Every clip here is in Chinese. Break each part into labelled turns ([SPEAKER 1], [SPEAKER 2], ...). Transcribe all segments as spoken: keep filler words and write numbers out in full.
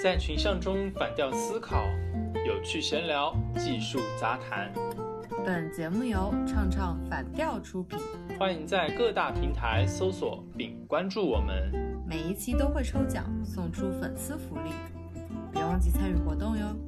[SPEAKER 1] 在群像中反调思考，有趣闲聊，技术杂谈。
[SPEAKER 2] 本节目由唱唱反调出品，
[SPEAKER 1] 欢迎在各大平台搜索并关注我们。
[SPEAKER 2] 每一期都会抽奖送出粉丝福利，别忘记参与活动哟。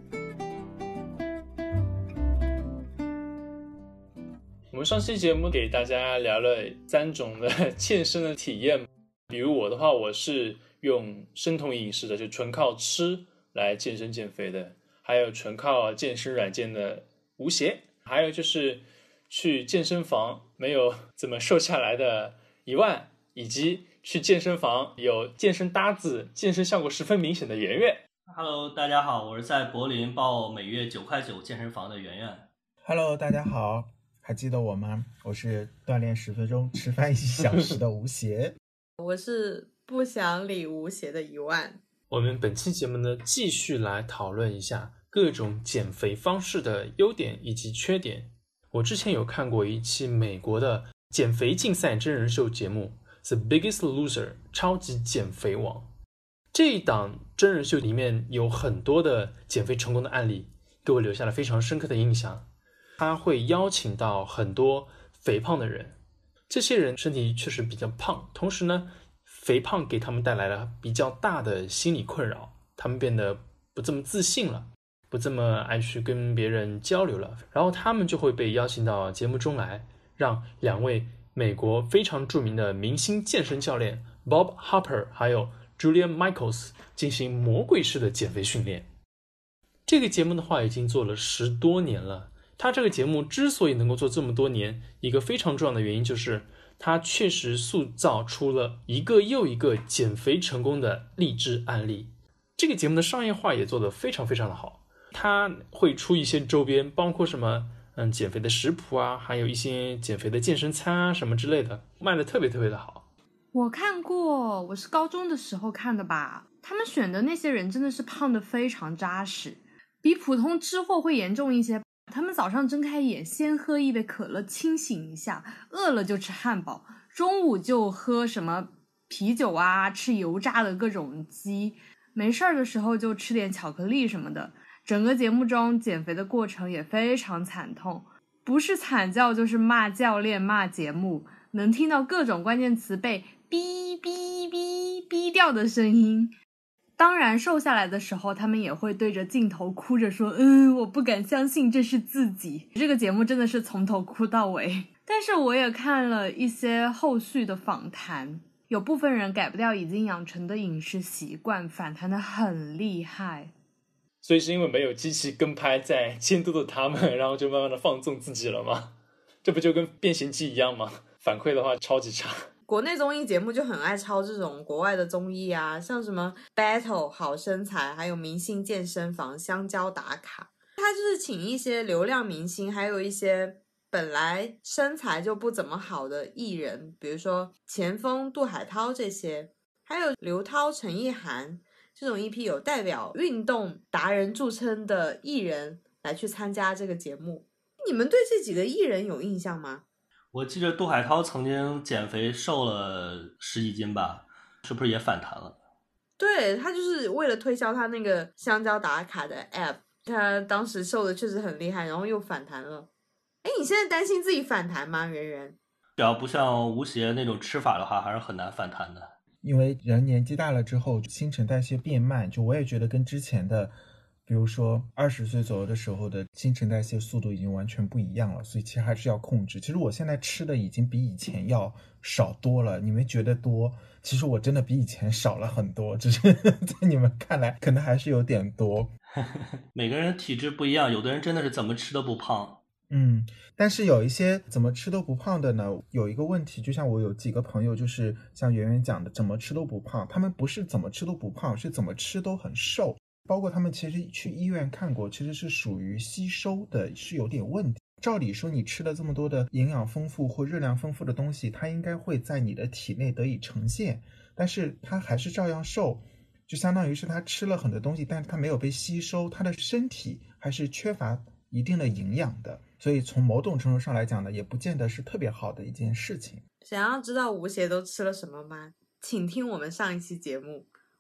[SPEAKER 1] 我们上期节目给大家聊了三种的健身的体验，比如我的话，我是用生酮饮食的，就纯靠吃来健身减肥的，还有纯靠健身软件的无邪，还有就是去健身房没有怎么瘦下来的一万，以及去健身房有健身搭子、健身效果十分明显的圆圆。
[SPEAKER 3] Hello， 大家好，我是在柏林报每月九块九健身房的圆圆。
[SPEAKER 4] Hello， 大家好，还记得我吗？我是锻炼十分钟、吃饭一小时的吴邪。
[SPEAKER 2] 我是不想理吴邪的一万。
[SPEAKER 1] 我们本期节目呢，继续来讨论一下各种减肥方式的优点以及缺点。我之前有看过一期美国的减肥竞赛真人秀节目 The Biggest Loser 超级减肥王。这一档真人秀里面有很多的减肥成功的案例，给我留下了非常深刻的印象。他会邀请到很多肥胖的人，这些人身体确实比较胖，同时呢肥胖给他们带来了比较大的心理困扰，他们变得不这么自信了，不这么爱去跟别人交流了，然后他们就会被邀请到节目中来，让两位美国非常著名的明星健身教练 Bob Harper 还有 Julian Michaels 进行魔鬼式的减肥训练。这个节目的话已经做了十多年了，他这个节目之所以能够做这么多年，一个非常重要的原因就是他确实塑造出了一个又一个减肥成功的励志案例。这个节目的商业化也做得非常非常的好，他会出一些周边，包括什么嗯减肥的食谱啊，还有一些减肥的健身餐啊什么之类的，卖得特别特别的好。
[SPEAKER 2] 我看过，我是高中的时候看的吧。他们选的那些人真的是胖得非常扎实，比普通吃货会严重一些。他们早上睁开眼先喝一杯可乐清醒一下，饿了就吃汉堡，中午就喝什么啤酒啊，吃油炸的各种鸡，没事儿的时候就吃点巧克力什么的。整个节目中减肥的过程也非常惨痛，不是惨叫就是骂教练骂节目，能听到各种关键词被哔哔哔哔掉的声音。当然瘦下来的时候他们也会对着镜头哭着说，嗯，我不敢相信这是自己。这个节目真的是从头哭到尾。但是我也看了一些后续的访谈，有部分人改不掉已经养成的饮食习惯，反弹得很厉害。
[SPEAKER 1] 所以是因为没有机器跟拍在监督的他们，然后就慢慢的放纵自己了吗？这不就跟变形记一样吗？反馈的话超级差。
[SPEAKER 2] 国内综艺节目就很爱抄这种国外的综艺啊，像什么 Battle 好身材，还有明星健身房香蕉打卡。他就是请一些流量明星，还有一些本来身材就不怎么好的艺人，比如说前锋杜海涛这些，还有刘涛陈意涵这种一批有代表运动达人著称的艺人来去参加这个节目。你们对这几个艺人有印象吗？
[SPEAKER 3] 我记得杜海涛曾经减肥瘦了十几斤吧，是不是也反弹了？
[SPEAKER 2] 对，他就是为了推销他那个香蕉打卡的 app， 他当时瘦的确实很厉害，然后又反弹了。哎，你现在担心自己反弹吗，圆圆？
[SPEAKER 3] 只要不像吴邪那种吃法的话，还是很难反弹的。
[SPEAKER 4] 因为人年纪大了之后新陈代谢变慢，就我也觉得跟之前的比如说二十岁左右的时候的新陈代谢速度已经完全不一样了，所以其实还是要控制。其实我现在吃的已经比以前要少多了，你们觉得多，其实我真的比以前少了很多，只是在你们看来可能还是有点多。
[SPEAKER 3] 每个人体质不一样，有的人真的是怎么吃都不胖。
[SPEAKER 4] 嗯，但是有一些怎么吃都不胖的呢，有一个问题，就像我有几个朋友就是像圆圆讲的怎么吃都不胖，他们不是怎么吃都不胖，是怎么吃都很瘦，包括他们其实去医院看过，其实是属于吸收的是有点问题。照理说你吃了这么多的营养丰富或热量丰富的东西，它应该会在你的体内得以呈现，但是它还是照样瘦，就相当于是他吃了很多东西，但是他没有被吸收，他的身体还是缺乏一定的营养的，所以从某种程度上来讲呢，也不见得是特别好的一件事情。
[SPEAKER 2] 想要知道吴邪都吃了什么吗？请听我们上一期节目，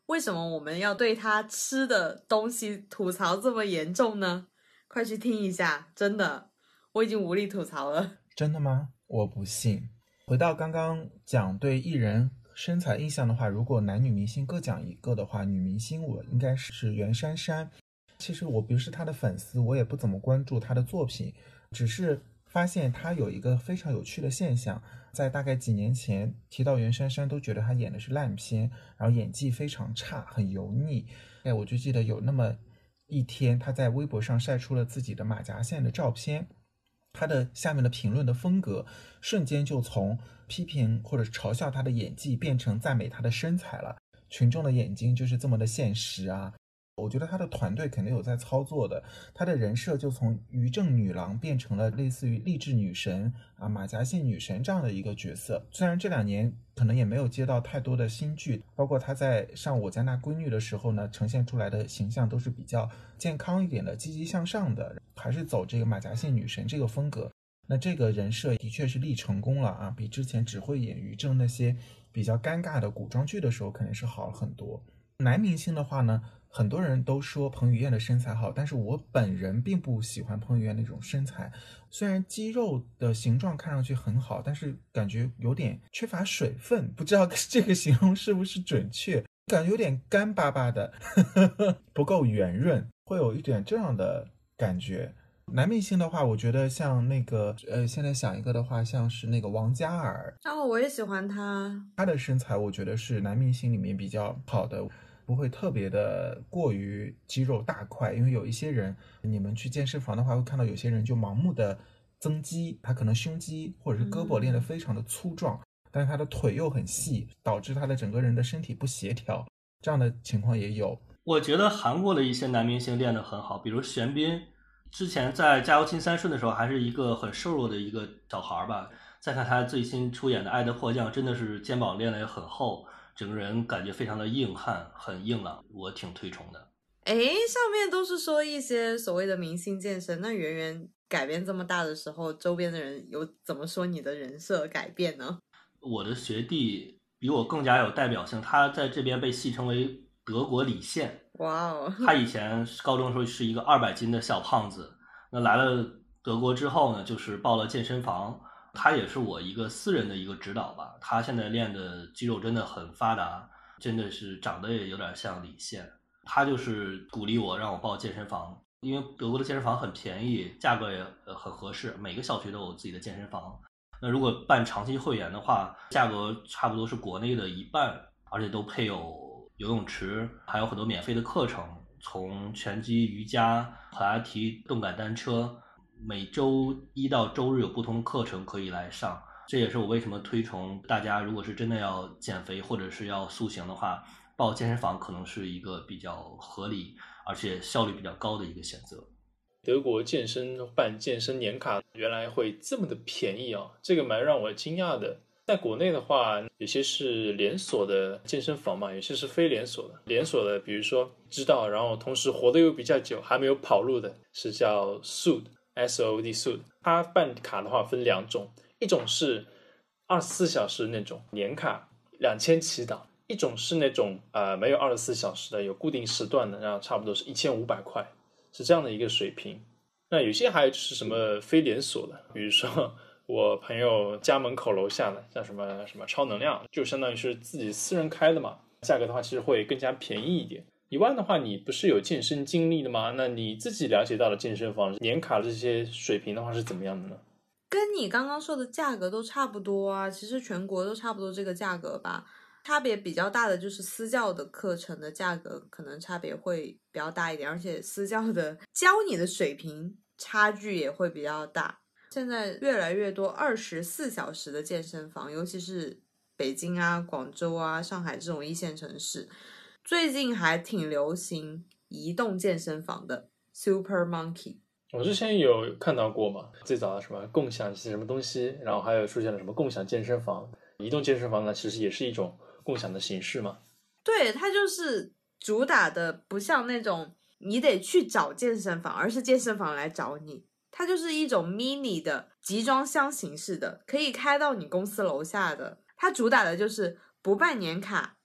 [SPEAKER 2] 为什么我们要对他吃的东西吐槽这么严重呢？快去听一下，真的，我已经无力吐槽了。
[SPEAKER 4] 真的吗？我不信。回到刚刚讲对艺人身材印象的话，如果男女明星各讲一个的话，女明星我应该是袁姗姗。其实我不是她的粉丝，我也不怎么关注她的作品，只是发现她有一个非常有趣的现象，在大概几年前提到袁姗姗都觉得她演的是烂片，然后演技非常差，很油腻。哎，我就记得有那么一天，她在微博上晒出了自己的马甲线的照片，她的下面的评论的风格瞬间就从批评或者嘲笑她的演技变成赞美她的身材了。群众的眼睛就是这么的现实啊。我觉得他的团队肯定有在操作的，他的人设就从于正女郎变成了类似于励志女神啊、马甲线女神这样的一个角色。虽然这两年可能也没有接到太多的新剧，包括他在上我家那闺女的时候呢，呈现出来的形象都是比较健康一点的、积极向上的，还是走这个马甲线女神这个风格。那这个人设的确是立成功了啊，比之前只会演于正那些比较尴尬的古装剧的时候肯定是好了很多。男明星的话呢，很多人都说彭于晏的身材好，但是我本人并不喜欢彭于晏那种身材。虽然肌肉的形状看上去很好，但是感觉有点缺乏水分，不知道这个形容是不是准确，感觉有点干巴巴的不够圆润，会有一点这样的感觉。男明星的话，我觉得像那个呃，现在想一个的话，像是那个王嘉尔。
[SPEAKER 2] 哦，我也喜欢他。
[SPEAKER 4] 他的身材我觉得是男明星里面比较好的，不会特别的过于肌肉大块。因为有一些人，你们去健身房的话会看到有些人就盲目的增肌，他可能胸肌或者是胳膊练得非常的粗壮、嗯、但是他的腿又很细，导致他的整个人的身体不协调，这样的情况也有。
[SPEAKER 3] 我觉得韩国的一些男明星练得很好，比如玄彬，之前在《加油青三顺》的时候还是一个很瘦弱的一个小孩吧，再看他最新出演的《爱的迫降》，真的是肩膀练得也很厚，整个人感觉非常的硬汉，很硬朗，我挺推崇的。
[SPEAKER 2] 诶，上面都是说一些所谓的明星健身，那圆圆改变这么大的时候，周边的人有怎么说你的人设改变呢？
[SPEAKER 3] 我的学弟比我更加有代表性，他在这边被戏称为德国李现。
[SPEAKER 2] 哇哦！
[SPEAKER 3] 他以前高中的时候是一个二百斤的小胖子，那来了德国之后呢，就是报了健身房。他也是我一个私人的一个指导吧，他现在练的肌肉真的很发达，真的是长得也有点像李现。他就是鼓励我让我报健身房，因为德国的健身房很便宜，价格也很合适，每个小区都有自己的健身房。那如果办长期会员的话，价格差不多是国内的一半，而且都配有游泳池，还有很多免费的课程，从拳击、瑜伽、普拉提、动感单车，每周一到周日有不同的课程可以来上。这也是我为什么推崇大家，如果是真的要减肥或者是要塑形的话，报健身房可能是一个比较合理而且效率比较高的一个选择。
[SPEAKER 1] 德国健身办健身年卡原来会这么的便宜啊，这个蛮让我惊讶的。在国内的话，有些是连锁的健身房嘛，有些是非连锁的。连锁的比如说知道，然后同时活得又比较久，还没有跑路的，是叫 S O O D S O O D S O O D。 它办卡的话分两种，一种是二十四小时那种年卡两千起档，一种是那种呃没有二十四小时的，有固定时段的，然后差不多是一千五百块，是这样的一个水平。那有些还是什么非连锁的，比如说我朋友家门口楼下的像什么什么超能量，就相当于是自己私人开的嘛，价格的话其实会更加便宜一点。以外的话，你不是有健身经历的吗？那你自己了解到的健身房年卡这些水平的话是怎么样的呢？
[SPEAKER 2] 跟你刚刚说的价格都差不多啊，其实全国都差不多这个价格吧。差别比较大的就是私教的课程的价格可能差别会比较大一点，而且私教的教你的水平差距也会比较大。现在越来越多二十四小时的健身房，尤其是北京啊、广州啊、上海这种一线城市，最近还挺流行移动健身房的 Super Monkey。
[SPEAKER 1] 我之前有看到过嘛，最早的什么共享什么东西，然后还有出现了什么共享健身房。移动健身房呢，其实也是一种共享的形式嘛。
[SPEAKER 2] 对，它就是主打的不像那种你得去找健身房，而是健身房来找你。它就是一种 mini 的集装箱形式的，可以开到你公司楼下的。它主打的就是不办年卡，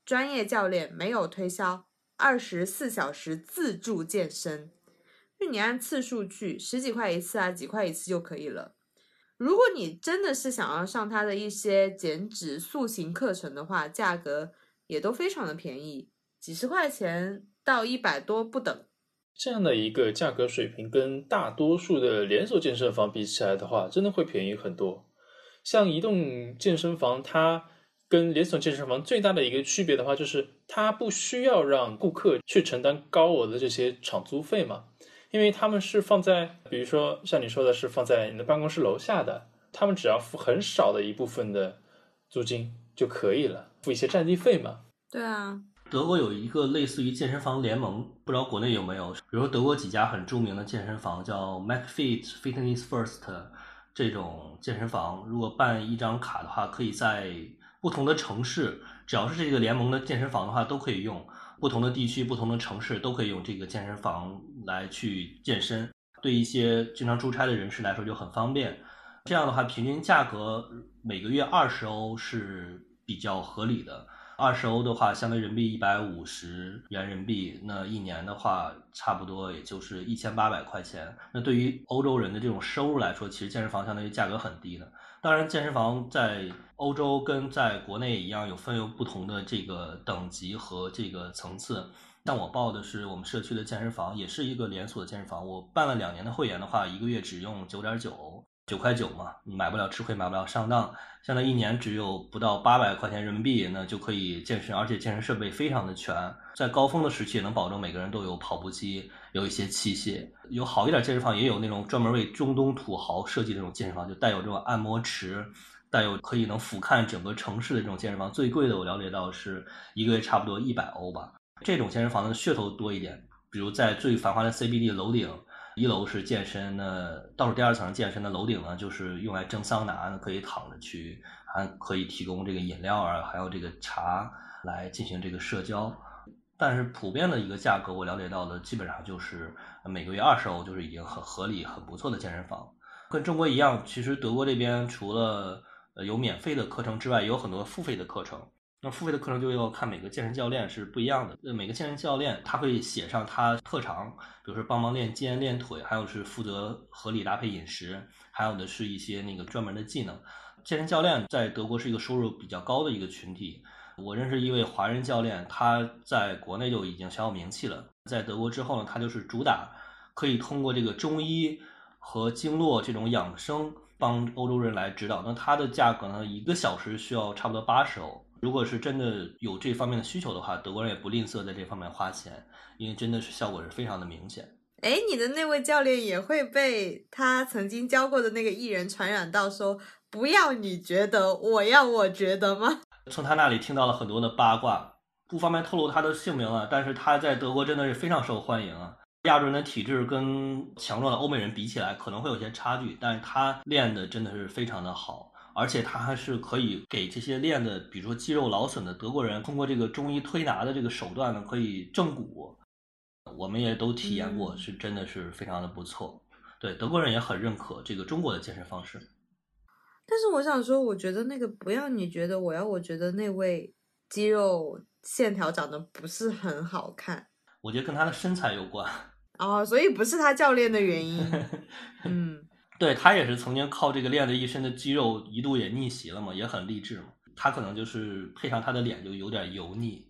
[SPEAKER 5] 专业教练没有推销，二十四小时自助健身，就你按次数去，十几块一次啊，几块一次就可以了。如果你真的是想要上他的一些减脂塑形课程的话，价格也都非常的便宜，几十块钱到一百多不等。
[SPEAKER 1] 这样的一个价格水平跟大多数的连锁健身房比起来的话，真的会便宜很多。像移动健身房，它跟连锁健身房最大的一个区别的话，就是它不需要让顾客去承担高额的这些场租费嘛，因为他们是放在，比如说像你说的是放在你的办公室楼下的，他们只要付很少的一部分的租金就可以了，付一些占地费嘛。
[SPEAKER 5] 对啊，
[SPEAKER 3] 德国有一个类似于健身房联盟，不知道国内有没有，比如说德国几家很著名的健身房叫 McFit Fitness First 这种健身房，如果办一张卡的话，可以在不同的城市，只要是这个联盟的健身房的话都可以用，不同的地区不同的城市都可以用这个健身房来去健身，对一些经常出差的人士来说就很方便。这样的话平均价格每个月二十欧是比较合理的，二十欧的话相当于人民币一百五十元人民币，那一年的话差不多也就是一千八百块钱。那对于欧洲人的这种收入来说，其实健身房相当于价格很低的。当然健身房在欧洲跟在国内一样有分有不同的这个等级和这个层次。像我报的是我们社区的健身房，也是一个连锁的健身房，我办了两年的会员的话，一个月只用九点九欧，九块九嘛，你买不了吃亏，买不了上当，相当于一年只有不到八百块钱人民币，那就可以健身，而且健身设备非常的全，在高峰的时期也能保证每个人都有跑步机，有一些器械，有好一点健身房也有那种专门为中东土豪设计的那种健身房，就带有这种按摩池，带有可以能俯瞰整个城市的这种健身房，最贵的我了解到是一个月差不多一百欧吧。这种健身房的噱头多一点，比如在最繁华的 C B D 楼顶，一楼是健身，那倒数第二层健身的楼顶呢，就是用来蒸桑拿，可以躺着去，还可以提供这个饮料啊，还有这个茶来进行这个社交。但是普遍的一个价格，我了解到的基本上就是每个月二十欧，就是已经很合理、很不错的健身房。跟中国一样，其实德国这边除了有免费的课程之外，也有很多付费的课程。那付费的课程就要看每个健身教练是不一样的，每个健身教练他会写上他特长，比如说帮忙练肩练腿，还有是负责合理搭配饮食，还有的是一些那个专门的技能。健身教练在德国是一个收入比较高的一个群体，我认识一位华人教练，他在国内就已经小有名气了，在德国之后呢，他就是主打可以通过这个中医和经络这种养生帮欧洲人来指导，那他的价格呢，一个小时需要差不多八十欧。如果是真的有这方面的需求的话，德国人也不吝啬在这方面花钱，因为真的是效果是非常的明显。
[SPEAKER 5] 哎，你的那位教练也会被他曾经教过的那个艺人传染到说不要你觉得，我要我觉得吗？
[SPEAKER 3] 从他那里听到了很多的八卦，不方便透露他的姓名啊，但是他在德国真的是非常受欢迎啊。亚洲人的体质跟强壮的欧美人比起来可能会有些差距，但是他练的真的是非常的好，而且他还是可以给这些练的比如说肌肉劳损的德国人通过这个中医推拿的这个手段呢，可以正骨，我们也都体验过，是真的是非常的不错。对，德国人也很认可这个中国的健身方式。
[SPEAKER 5] 但是我想说，我觉得那个不要你觉得，我要我觉得那位肌肉线条长得不是很好看，
[SPEAKER 3] 我觉得跟他的身材有关
[SPEAKER 5] 哦，所以不是他教练的原因。嗯，
[SPEAKER 3] 对，他也是曾经靠这个练了一身的肌肉，一度也逆袭了嘛，也很励志嘛。他可能就是配上他的脸就有点油腻。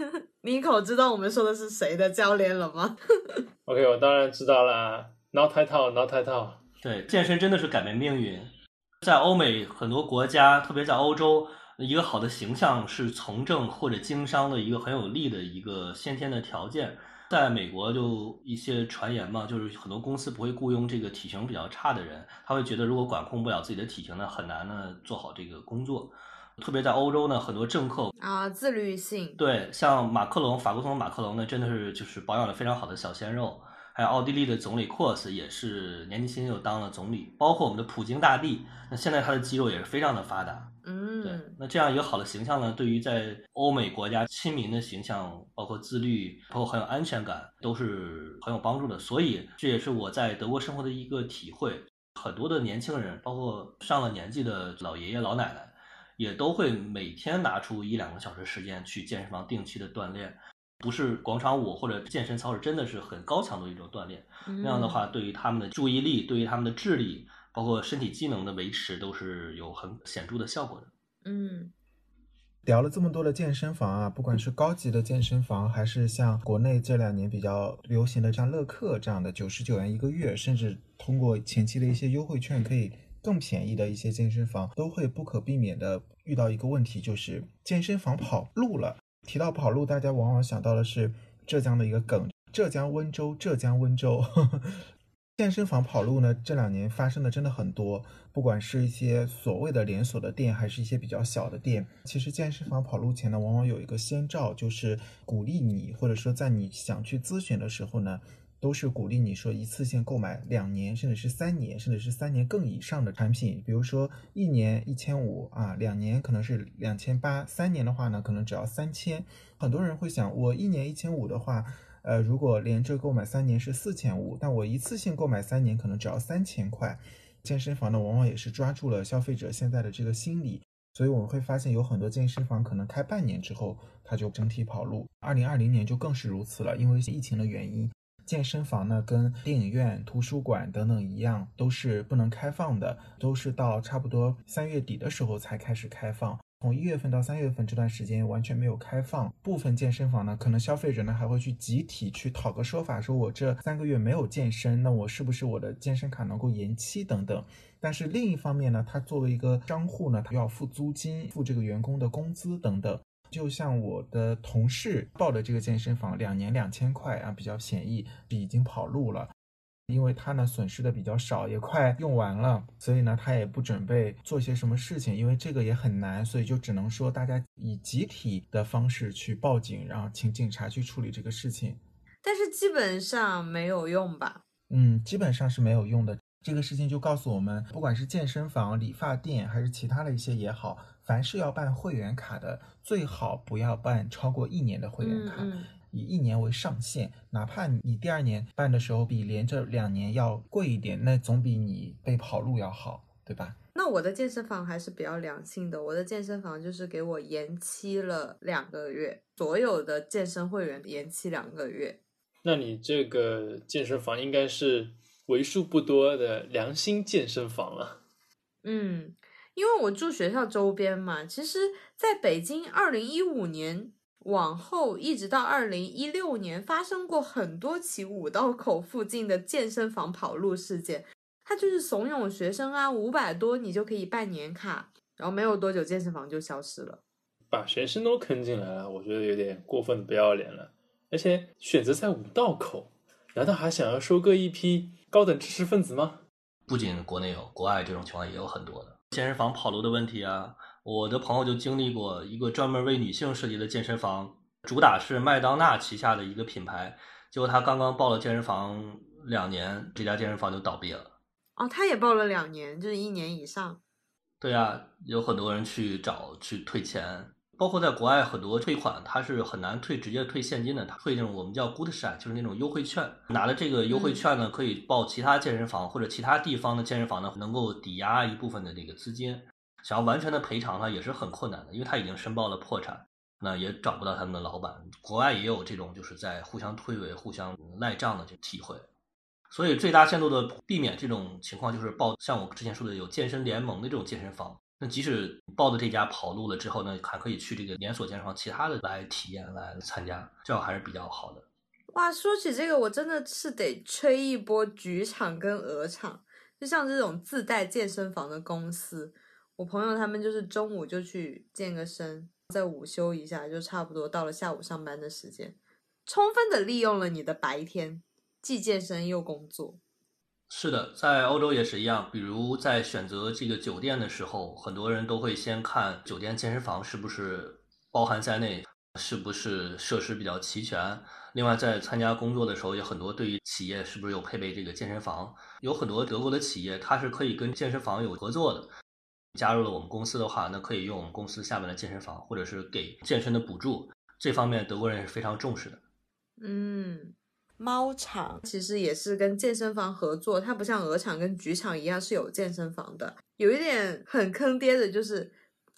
[SPEAKER 5] Nico 知道我们说的是谁的教练了吗？
[SPEAKER 1] OK， 我当然知道啦，挠太套，挠太套。
[SPEAKER 3] 对，健身真的是改变命运。在欧美很多国家，特别在欧洲，一个好的形象是从政或者经商的一个很有利的一个先天的条件。在美国就一些传言嘛，就是很多公司不会雇佣这个体型比较差的人，他会觉得如果管控不了自己的体型呢，很难呢做好这个工作。特别在欧洲呢，很多政客
[SPEAKER 5] 啊，自律性。
[SPEAKER 3] 对，像马克龙，法国总统马克龙呢，真的是就是保养的非常好的小鲜肉。还有奥地利的总理库斯也是年纪轻就当了总理，包括我们的普京大帝，那现在他的肌肉也是非常的发达。
[SPEAKER 5] 嗯，
[SPEAKER 3] 对，那这样一个好的形象呢，对于在欧美国家亲民的形象，包括自律，包括很有安全感，都是很有帮助的。所以这也是我在德国生活的一个体会。很多的年轻人，包括上了年纪的老爷爷老奶奶， 也都会每天拿出一两个小时时间去健身房定期的锻炼。不是广场舞或者健身操，是真的是很高强度的一种锻炼。那样的话，对于他们的注意力，对于他们的智力，包括身体机能的维持，都是有很显著的效果的。
[SPEAKER 5] 嗯，
[SPEAKER 4] 聊了这么多的健身房啊，不管是高级的健身房，还是像国内这两年比较流行的像乐客这样的九十九元一个月，甚至通过前期的一些优惠券可以更便宜的一些健身房，都会不可避免的遇到一个问题，就是健身房跑路了。提到跑路，大家往往想到的是浙江的一个梗，浙江温州，浙江温州。健身房跑路呢，这两年发生的真的很多，不管是一些所谓的连锁的店，还是一些比较小的店。其实健身房跑路前呢，往往有一个先兆，就是鼓励你，或者说在你想去咨询的时候呢，都是鼓励你说一次性购买两年，甚至是三年，甚至是三年更以上的产品。比如说一年一千五啊，两年可能是两千八，三年的话呢，可能只要三千。很多人会想，我一年一千五的话，呃，如果连着购买三年是四千五，但我一次性购买三年可能只要三千块。健身房呢，往往也是抓住了消费者现在的这个心理。所以我们会发现有很多健身房可能开半年之后，它就整体跑路。二零二零年就更是如此了，因为疫情的原因。健身房呢，跟电影院、图书馆等等一样，都是不能开放的，都是到差不多三月底的时候才开始开放。从一月份到三月份这段时间完全没有开放。部分健身房呢，可能消费者呢还会去集体去讨个说法，说我这三个月没有健身，那我是不是我的健身卡能够延期等等。但是另一方面呢，他作为一个商户呢，他要付租金，付这个员工的工资等等。就像我的同事报的这个健身房，两年两千块啊，比较便宜，已经跑路了。因为他呢损失的比较少，也快用完了，所以呢他也不准备做些什么事情，因为这个也很难，所以就只能说大家以集体的方式去报警，然后请警察去处理这个事情。
[SPEAKER 5] 但是基本上没有用吧？
[SPEAKER 4] 嗯，基本上是没有用的。这个事情就告诉我们，不管是健身房、理发店还是其他的一些也好，凡是要办会员卡的，最好不要办超过一年的会员卡。
[SPEAKER 5] 嗯嗯，
[SPEAKER 4] 以一年为上限，哪怕你第二年办的时候比连着两年要贵一点，那总比你被跑路要好，对吧？
[SPEAKER 5] 那我的健身房还是比较良心的，我的健身房就是给我延期了两个月，所有的健身会员延期两个月。
[SPEAKER 1] 那你这个健身房应该是为数不多的良心健身房了。
[SPEAKER 5] 嗯，因为我住学校周边嘛，其实在北京二零一五年往后一直到二零一六年发生过很多起五道口附近的健身房跑路事件。它就是怂恿学生啊，五百多你就可以办年卡，然后没有多久健身房就消失了。
[SPEAKER 1] 把学生都坑进来了，我觉得有点过分的不要脸了。而且选择在五道口，难道还想要收割一批高等知识分子吗？
[SPEAKER 3] 不仅国内有，国外这种情况也有很多的健身房跑路的问题啊。我的朋友就经历过一个专门为女性设计的健身房，主打是麦当娜旗下的一个品牌，结果他刚刚报了健身房两年，这家健身房就倒闭了。
[SPEAKER 5] 哦，他也报了两年，就是一年以上。
[SPEAKER 3] 对啊，有很多人去找去退钱，包括在国外很多退款它是很难退直接退现金的，它退那种我们叫 Gutschein， 就是那种优惠券。拿了这个优惠券呢，可以报其他健身房或者其他地方的健身房呢，能够抵押一部分的这个资金。想要完全的赔偿呢，也是很困难的，因为他已经申报了破产，那也找不到他们的老板。国外也有这种就是在互相推诿、互相赖账的这体会。所以最大限度的避免这种情况，就是报像我之前说的有健身联盟的这种健身房。那即使报的这家跑路了之后呢，还可以去这个连锁健身房其他的来体验来参加，这样还是比较好的。
[SPEAKER 5] 哇，说起这个我真的是得吹一波局场跟鹅厂，就像这种自带健身房的公司，我朋友他们就是中午就去健个身，再午休一下，就差不多到了下午上班的时间，充分的利用了你的白天，既健身又工作。
[SPEAKER 3] 是的，在欧洲也是一样，比如在选择这个酒店的时候，很多人都会先看酒店健身房是不是包含在内，是不是设施比较齐全。另外在参加工作的时候，有很多对于企业是不是有配备这个健身房，有很多德国的企业它是可以跟健身房有合作的。加入了我们公司的话，那可以用我们公司下面的健身房，或者是给健身的补助，这方面德国人是非常重视的。
[SPEAKER 5] 嗯，猫场其实也是跟健身房合作，它不像鹅场跟局场一样是有健身房的。有一点很坑爹的就是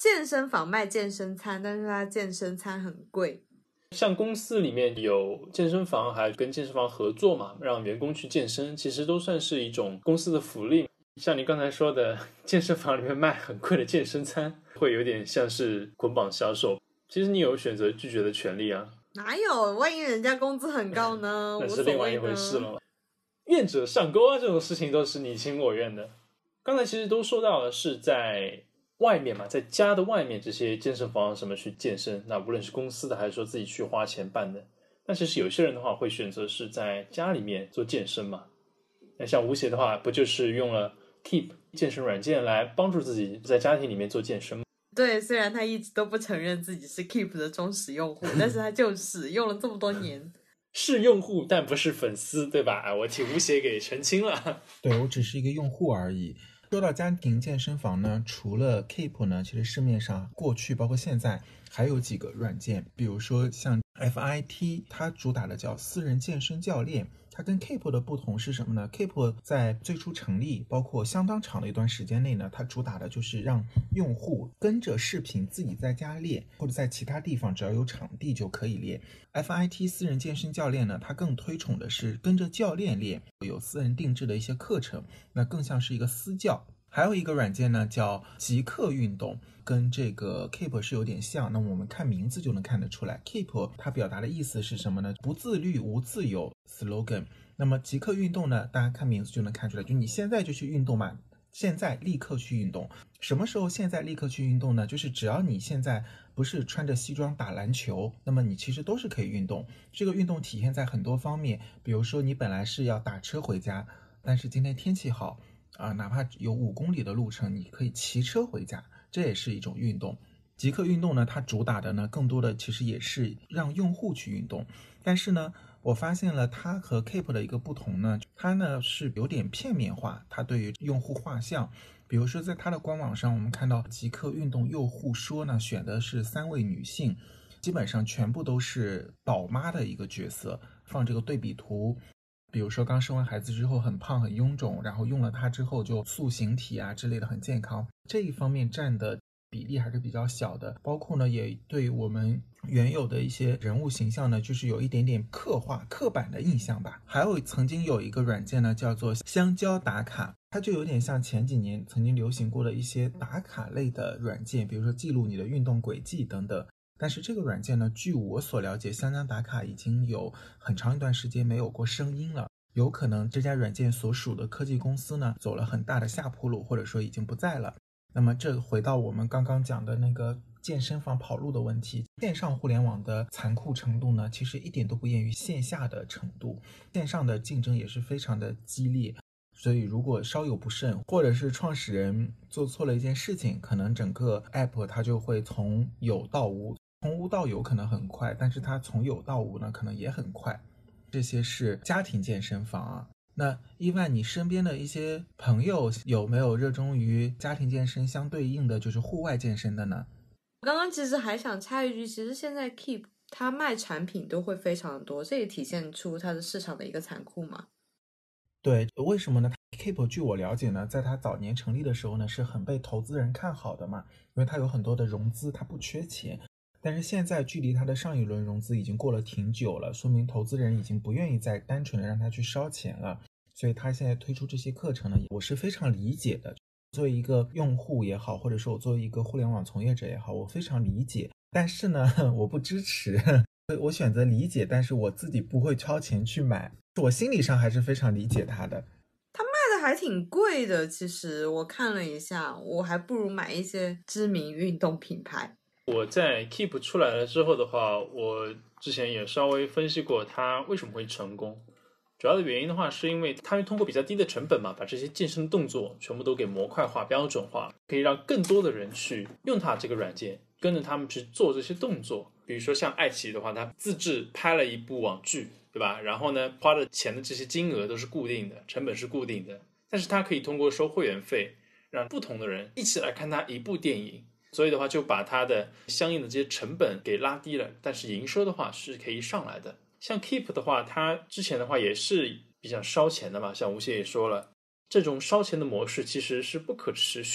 [SPEAKER 5] 健身房卖健身餐，但是它健身餐很贵。
[SPEAKER 1] 像公司里面有健身房，还跟健身房合作嘛，让员工去健身，其实都算是一种公司的福利。像你刚才说的，健身房里面卖很贵的健身餐，会有点像是捆绑销售。其实你有选择拒绝的权利啊。
[SPEAKER 5] 哪有？万一人家工资很高呢？
[SPEAKER 1] 那是另外一回事了。愿者上钩啊，这种事情都是你情我愿的。刚才其实都说到了是在外面嘛，在家的外面这些健身房什么去健身，那无论是公司的还是说自己去花钱办的，但其实有些人的话会选择是在家里面做健身嘛。那像吴邪的话，不就是用了 Keep 健身软件来帮助自己在家庭里面做健身吗？
[SPEAKER 5] 对，虽然他一直都不承认自己是 Keep 的忠实用户，但是他就使用了这么多年。
[SPEAKER 1] 是用户但不是粉丝，对吧？我替吴邪给澄清了。
[SPEAKER 4] 对，我只是一个用户而已。说到家庭健身房呢，除了 Keep 呢，其实市面上过去包括现在还有几个软件，比如说像 F I T， 它主打的叫私人健身教练。它跟 Keep 的不同是什么呢？ Keep 在最初成立包括相当长的一段时间内呢，它主打的就是让用户跟着视频自己在家练，或者在其他地方只要有场地就可以练。 F I T 私人健身教练呢，它更推崇的是跟着教练练，有私人定制的一些课程，那更像是一个私教。还有一个软件呢叫极客运动，跟这个 Keep 是有点像，那我们看名字就能看得出来 Keep 它表达的意思是什么呢？不自律无自由 slogan。 那么极客运动呢，大家看名字就能看出来，就你现在就去运动嘛，现在立刻去运动。什么时候现在立刻去运动呢？就是只要你现在不是穿着西装打篮球，那么你其实都是可以运动。这个运动体现在很多方面，比如说你本来是要打车回家，但是今天天气好啊，哪怕有五公里的路程，你可以骑车回家，这也是一种运动。极客运动呢，它主打的呢，更多的其实也是让用户去运动。但是呢，我发现了它和 Keep 的一个不同呢，它呢是有点片面化，它对于用户画像。比如说在它的官网上，我们看到极客运动用户说呢，选的是三位女性，基本上全部都是宝妈的一个角色，放这个对比图。比如说刚生完孩子之后很胖很臃肿，然后用了它之后就塑形体啊之类的，很健康，这一方面占的比例还是比较小的。包括呢也对我们原有的一些人物形象呢，就是有一点点刻画刻板的印象吧。还有曾经有一个软件呢叫做香蕉打卡，它就有点像前几年曾经流行过的一些打卡类的软件，比如说记录你的运动轨迹等等。但是这个软件呢，据我所了解，香蕉打卡已经有很长一段时间没有过声音了，有可能这家软件所属的科技公司呢走了很大的下坡路，或者说已经不在了。那么这回到我们刚刚讲的那个健身房跑路的问题，线上互联网的残酷程度呢，其实一点都不亚于线下的程度，线上的竞争也是非常的激烈。所以如果稍有不慎，或者是创始人做错了一件事情，可能整个 app 它就会从有到无，从无到有可能很快，但是它从有到无呢可能也很快。这些是家庭健身房啊。那伊万，你身边的一些朋友有没有热衷于家庭健身相对应的就是户外健身的呢？
[SPEAKER 5] 我刚刚其实还想插一句，其实现在 Keep 它卖产品都会非常多，这也体现出它的市场的一个残酷嘛。
[SPEAKER 4] 对，为什么呢？ Keep 据我了解呢，在它早年成立的时候呢，是很被投资人看好的嘛，因为它有很多的融资，它不缺钱。但是现在距离它的上一轮融资已经过了挺久了，说明投资人已经不愿意再单纯的让它去烧钱了，所以它现在推出这些课程呢，我是非常理解的。作为一个用户也好，或者说我作为一个互联网从业者也好，我非常理解。但是呢，我不支持，我选择理解，但是我自己不会掏钱去买，我心理上还是非常理解它的。
[SPEAKER 5] 它卖的还挺贵的，其实我看了一下，我还不如买一些知名运动品牌。
[SPEAKER 1] 我在 Keep 出来了之后的话，我之前也稍微分析过它为什么会成功。主要的原因的话，是因为它通过比较低的成本嘛，把这些健身动作全部都给模块化、标准化，可以让更多的人去用它这个软件，跟着他们去做这些动作。比如说像爱奇艺的话，它自制拍了一部网剧，对吧？然后呢，花的钱的这些金额都是固定的，成本是固定的，但是它可以通过收会员费，让不同的人一起来看它一部电影。所以的话，就把它的相应的这些成本给拉低了，但是营收的话是可以上来的。像 Keep 的话，它之前的话也是比较烧钱的嘛，像吴邪也说了，这种烧钱的模式其实是不可持续的，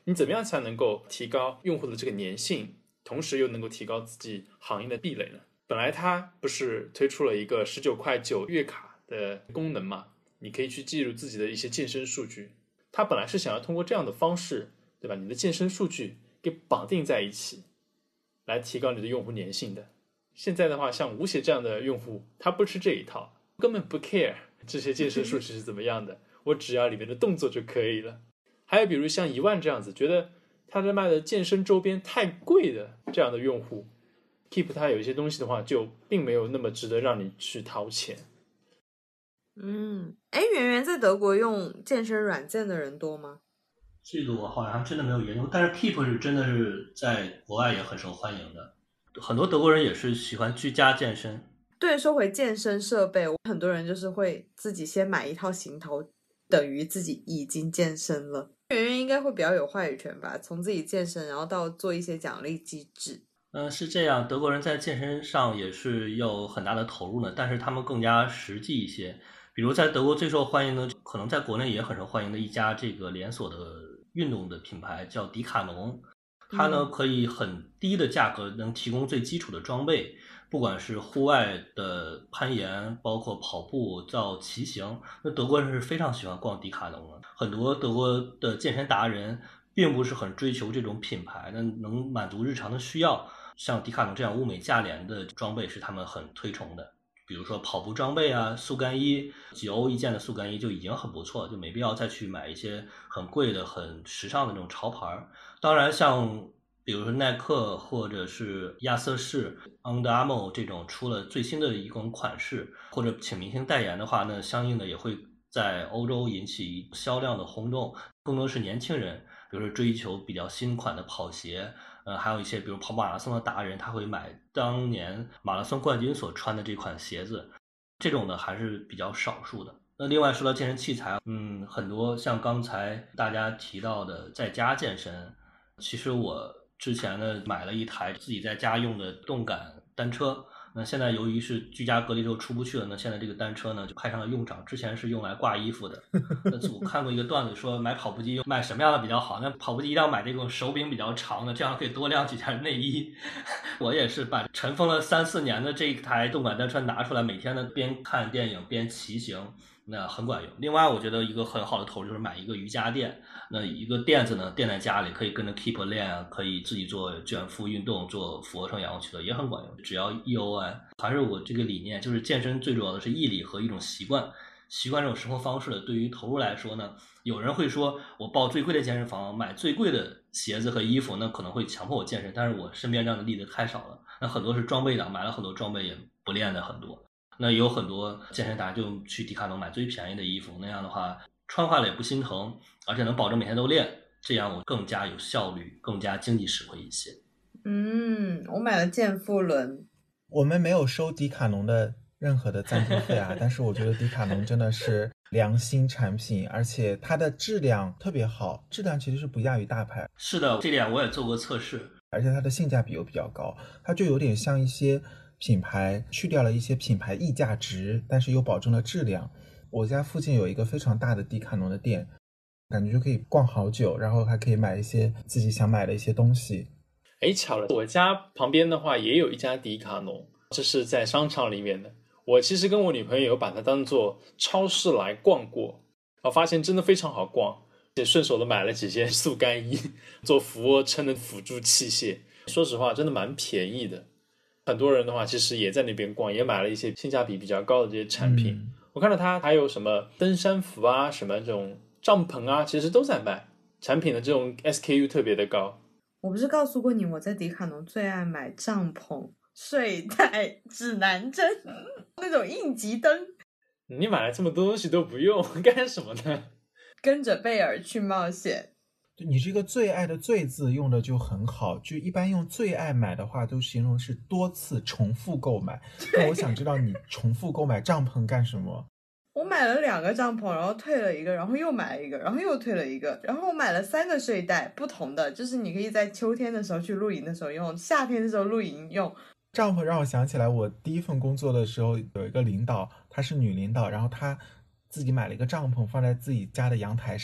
[SPEAKER 1] 你怎么样才能够提高用户的这个粘性，同时又能够提高自己行业的壁垒呢？本来它不是推出了一个十九块九月卡的功能嘛，你可以去记录自己的一些健身数据，它本来是想要通过这样的方式，对吧？你的健身数据给绑定在一起，来提高你的用户粘性的。现在的话，像吴邪这样的用户，他不吃这一套，根本不 care 这些健身数据是怎么样的，我只要里面的动作就可以了。还有比如像一万这样子，觉得他在卖的健身周边太贵的这样的用户， Keep 它有一些东西的话，就并没有那么值得让你去掏钱。
[SPEAKER 5] 嗯，哎，圆圆在德国用健身软件的人多吗？
[SPEAKER 3] 这个我好像真的没有研究，但是 Keep 是真的是在国外也很受欢迎的，很多德国人也是喜欢居家健身。
[SPEAKER 5] 对，说回健身设备，很多人就是会自己先买一套行头，等于自己已经健身了。圆圆应该会比较有话语权吧，从自己健身，然后到做一些奖励机制。
[SPEAKER 3] 嗯，是这样，德国人在健身上也是有很大的投入呢，但是他们更加实际一些。比如在德国最受欢迎的，可能在国内也很受欢迎的一家这个连锁的运动的品牌叫迪卡侬，它呢可以很低的价格能提供最基础的装备，不管是户外的攀岩，包括跑步到骑行，那德国人是非常喜欢逛迪卡侬的。很多德国的健身达人并不是很追求这种品牌，那能满足日常的需要，像迪卡侬这样物美价廉的装备是他们很推崇的。比如说跑步装备啊，速干衣，几欧一件的速干衣就已经很不错，就没必要再去买一些很贵的、很时尚的那种潮牌。当然，像比如说耐克或者是亚瑟士、Under Armour 这种出了最新的一种款式，或者请明星代言的话，那相应的也会在欧洲引起销量的轰动，更多是年轻人，比如说追求比较新款的跑鞋。呃，还有一些比如跑马拉松的达人，他会买当年马拉松冠军所穿的这款鞋子，这种呢还是比较少数的。那另外说到健身器材，嗯，很多像刚才大家提到的在家健身，其实我之前呢买了一台自己在家用的动感单车。那现在由于是居家隔离之后出不去了，那现在这个单车呢就派上了用场。之前是用来挂衣服的。那我看过一个段子说，买跑步机买什么样的比较好？那跑步机一定要买这种手柄比较长的，这样可以多晾几件内衣。我也是把尘封了三四年的这一台动感单车拿出来，每天呢边看电影边骑行，那很管用。另外我觉得一个很好的投入就是买一个瑜伽垫，那一个垫子呢垫在家里，可以跟着 Keep 练啊，可以自己做卷腹运动，做俯卧撑、仰卧起坐也很管用，只要一欧啊。还是我这个理念，就是健身最主要的是毅力和一种习惯，习惯这种生活方式的。对于投入来说呢，有人会说我报最贵的健身房，买最贵的鞋子和衣服，那可能会强迫我健身，但是我身边这样的例子太少了。那很多是装备党，买了很多装备也不练的很多。那有很多健身达人就去迪卡侬买最便宜的衣服，那样的话穿坏了也不心疼，而且能保证每天都练，这样我更加有效率，更加经济实惠一些。
[SPEAKER 5] 嗯，我买了健腹轮。
[SPEAKER 4] 我们没有收迪卡侬的任何的赞助费啊，但是我觉得迪卡侬真的是良心产品，而且它的质量特别好，质量其实是不亚于大牌。
[SPEAKER 3] 是的，这点我也做过测试，
[SPEAKER 4] 而且它的性价比又比较高，它就有点像一些品牌去掉了一些品牌溢价值，但是又保证了质量。我家附近有一个非常大的迪卡侬的店，感觉就可以逛好久，然后还可以买一些自己想买的一些东西。
[SPEAKER 1] 哎，巧了，我家旁边的话也有一家迪卡侬，这是在商场里面的。我其实跟我女朋友有把它当做超市来逛过，我发现真的非常好逛，也顺手的买了几件速干衣，做俯卧撑的辅助器械。说实话，真的蛮便宜的。很多人的话，其实也在那边逛，也买了一些性价比比较高的这些产品。嗯、我看到它还有什么登山服啊，什么这种帐篷啊，其实都在卖。产品的这种 S K U 特别的高。
[SPEAKER 5] 我不是告诉过你，我在迪卡侬最爱买帐篷、睡袋、指南针那种应急灯。
[SPEAKER 1] 你买了这么多东西都不用，干什么呢？
[SPEAKER 5] 跟着贝尔去冒险。
[SPEAKER 4] 你这个最爱的最字用的就很好，就一般用最爱买的话都形容是多次重复购买。那我想知道你重复购买帐篷干什么？
[SPEAKER 5] 我买了两个帐篷，然后退了一个，然后又买了一个，然后又退了一个，然后我买了三个睡袋，不同的，就是你可以在秋天的时候去露营的时候用，夏天的时候露营用。
[SPEAKER 4] 帐篷让我想起来，我第一份工作的时候有一个领导，她是女领导，然后她自己买了一个帐篷放在自己家的阳台上，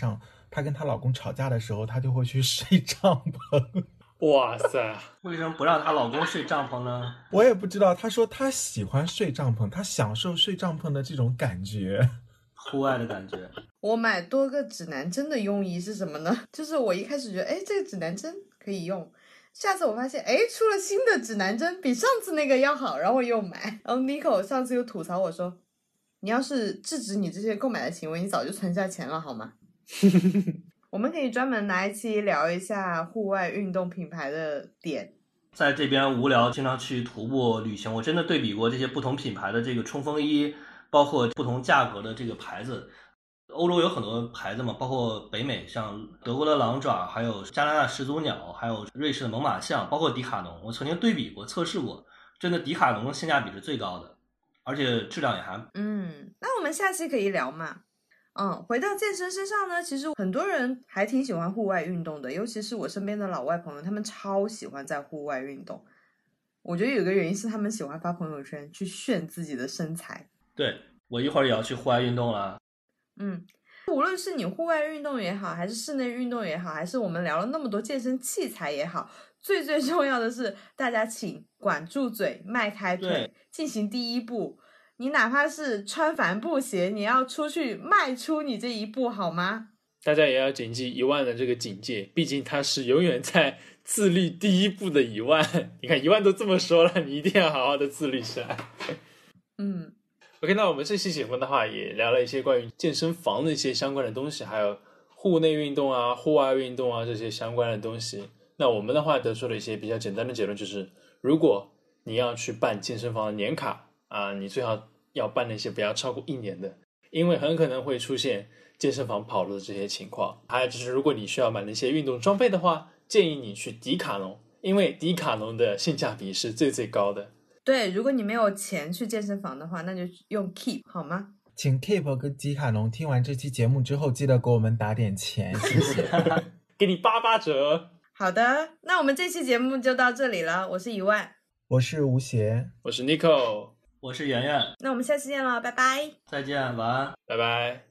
[SPEAKER 4] 她跟她老公吵架的时候，她就会去睡帐篷。
[SPEAKER 1] 哇塞，
[SPEAKER 3] 为什么不让她老公睡帐篷呢？
[SPEAKER 4] 我也不知道，她说她喜欢睡帐篷，她享受睡帐篷的这种感觉，
[SPEAKER 3] 户外的感觉。
[SPEAKER 5] 我买多个指南针的用意是什么呢？就是我一开始觉得，哎，这个指南针可以用，下次我发现，哎，出了新的指南针，比上次那个要好，然后我又买。然后 Nico 上次又吐槽我说，你要是制止你这些购买的行为，你早就存下钱了好吗？我们可以专门拿一期聊一下户外运动品牌的点。
[SPEAKER 3] 在这边无聊，经常去徒步旅行，我真的对比过这些不同品牌的这个冲锋衣，包括不同价格的这个牌子。欧洲有很多牌子嘛，包括北美，像德国的狼爪，还有加拿大始祖鸟，还有瑞士的猛犸象，包括迪卡侬。我曾经对比过，测试过，真的迪卡侬的性价比是最高的，而且质量也还……
[SPEAKER 5] 嗯，那我们下期可以聊嘛。嗯，回到健身身上呢，其实很多人还挺喜欢户外运动的，尤其是我身边的老外朋友，他们超喜欢在户外运动。我觉得有个原因是他们喜欢发朋友圈去炫自己的身材。
[SPEAKER 3] 对，我一会儿也要去户外运动了。
[SPEAKER 5] 嗯，无论是你户外运动也好，还是室内运动也好，还是我们聊了那么多健身器材也好，最最重要的是大家请管住嘴，迈开腿，进行第一步。你哪怕是穿帆布鞋，你要出去迈出你这一步好吗？
[SPEAKER 1] 大家也要谨记一万的这个警戒，毕竟它是永远在自律第一步的一万。你看一万都这么说了，你一定要好好的自律起来。
[SPEAKER 5] 嗯
[SPEAKER 1] OK， 那我们这期节目的话也聊了一些关于健身房的一些相关的东西，还有户内运动啊、户外运动啊这些相关的东西。那我们的话得出了一些比较简单的结论，就是如果你要去办健身房的年卡啊，你最好要办那些不要超过一年的，因为很可能会出现健身房跑路的这些情况。还有就是如果你需要买那些运动装备的话，建议你去迪卡侬，因为迪卡侬的性价比是最最高的。
[SPEAKER 5] 对，如果你没有钱去健身房的话，那就用 Keep 好吗？
[SPEAKER 4] 请 Keep 跟迪卡侬听完这期节目之后，记得给我们打点钱，谢谢。
[SPEAKER 1] 给你八八折。
[SPEAKER 5] 好的，那我们这期节目就到这里了。我是一万，
[SPEAKER 4] 我是吴邪，
[SPEAKER 1] 我是 Nico，
[SPEAKER 3] 我是圆圆，
[SPEAKER 5] 那我们下期见了，拜拜。
[SPEAKER 3] 再见，晚安，
[SPEAKER 1] 拜拜。